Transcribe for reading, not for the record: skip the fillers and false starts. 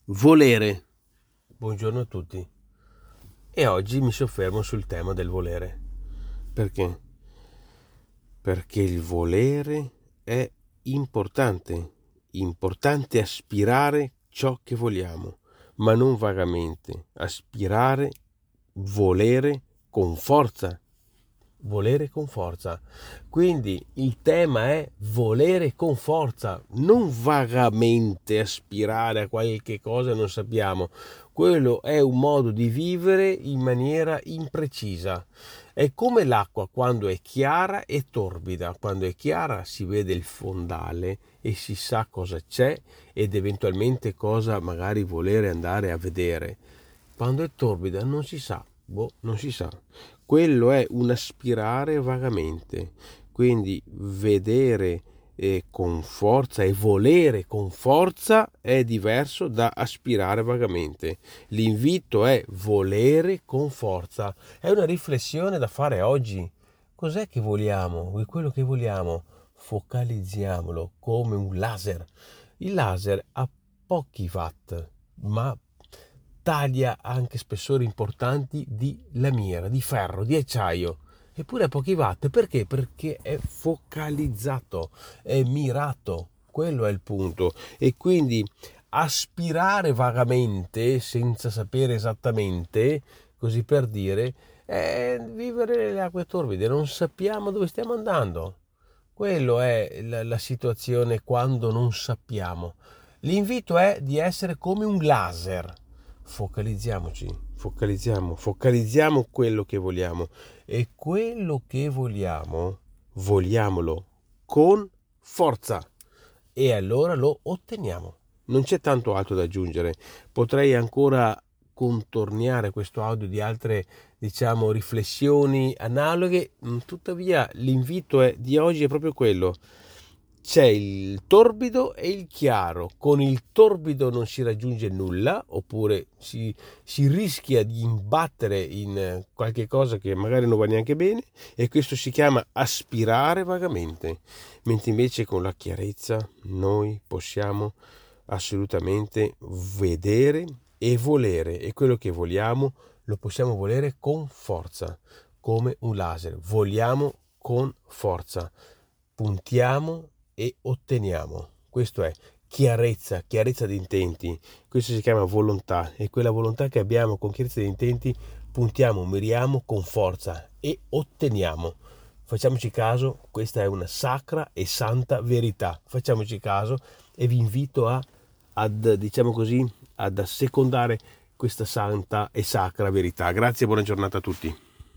Volere. Buongiorno a tutti. E oggi mi soffermo sul tema del volere. Perché? Perché il volere è importante. Importante aspirare ciò che vogliamo, ma non vagamente. Aspirare, volere con forza. Volere con forza. Quindi il tema è volere con forza, non vagamente aspirare a qualche cosa non sappiamo. Quello è un modo di vivere in maniera imprecisa. È come l'acqua quando è chiara e torbida. Quando è chiara si vede il fondale e si sa cosa c'è ed eventualmente cosa magari volere andare a vedere. Quando è torbida non si sa, non si sa. Quello è un aspirare vagamente, quindi vedere con forza e volere con forza è diverso da aspirare vagamente. L'invito è volere con forza. È una riflessione da fare oggi. Cos'è che vogliamo? Quello che vogliamo, focalizziamolo come un laser. Il laser ha pochi watt, ma taglia anche spessori importanti di lamiera, di ferro, di acciaio. Eppure a pochi watt, perché? Perché è focalizzato, è mirato, quello è il punto. E quindi aspirare vagamente, senza sapere esattamente, così per dire, è vivere nelle acque torbide, non sappiamo dove stiamo andando. Quello è la situazione quando non sappiamo. L'invito è di essere come un laser. Focalizziamo quello che vogliamo e quello che vogliamo, vogliamolo con forza e allora lo otteniamo. Non c'è tanto altro da aggiungere. Potrei ancora contornare questo audio di altre, riflessioni analoghe, tuttavia l'invito di oggi è proprio quello. C'è il torbido e il chiaro. Con il torbido non si raggiunge nulla, oppure si rischia di imbattere in qualche cosa che magari non va neanche bene, e questo si chiama aspirare vagamente, mentre invece con la chiarezza noi possiamo assolutamente vedere e volere, e quello che vogliamo lo possiamo volere con forza, come un laser. Vogliamo con forza, puntiamo e otteniamo. Questo è chiarezza di intenti. Questo si chiama volontà, e quella volontà che abbiamo con chiarezza di intenti puntiamo, miriamo con forza e otteniamo. Facciamoci caso, questa è una sacra e santa verità. Facciamoci caso e vi invito ad assecondare questa santa e sacra verità. Grazie e buona giornata a tutti.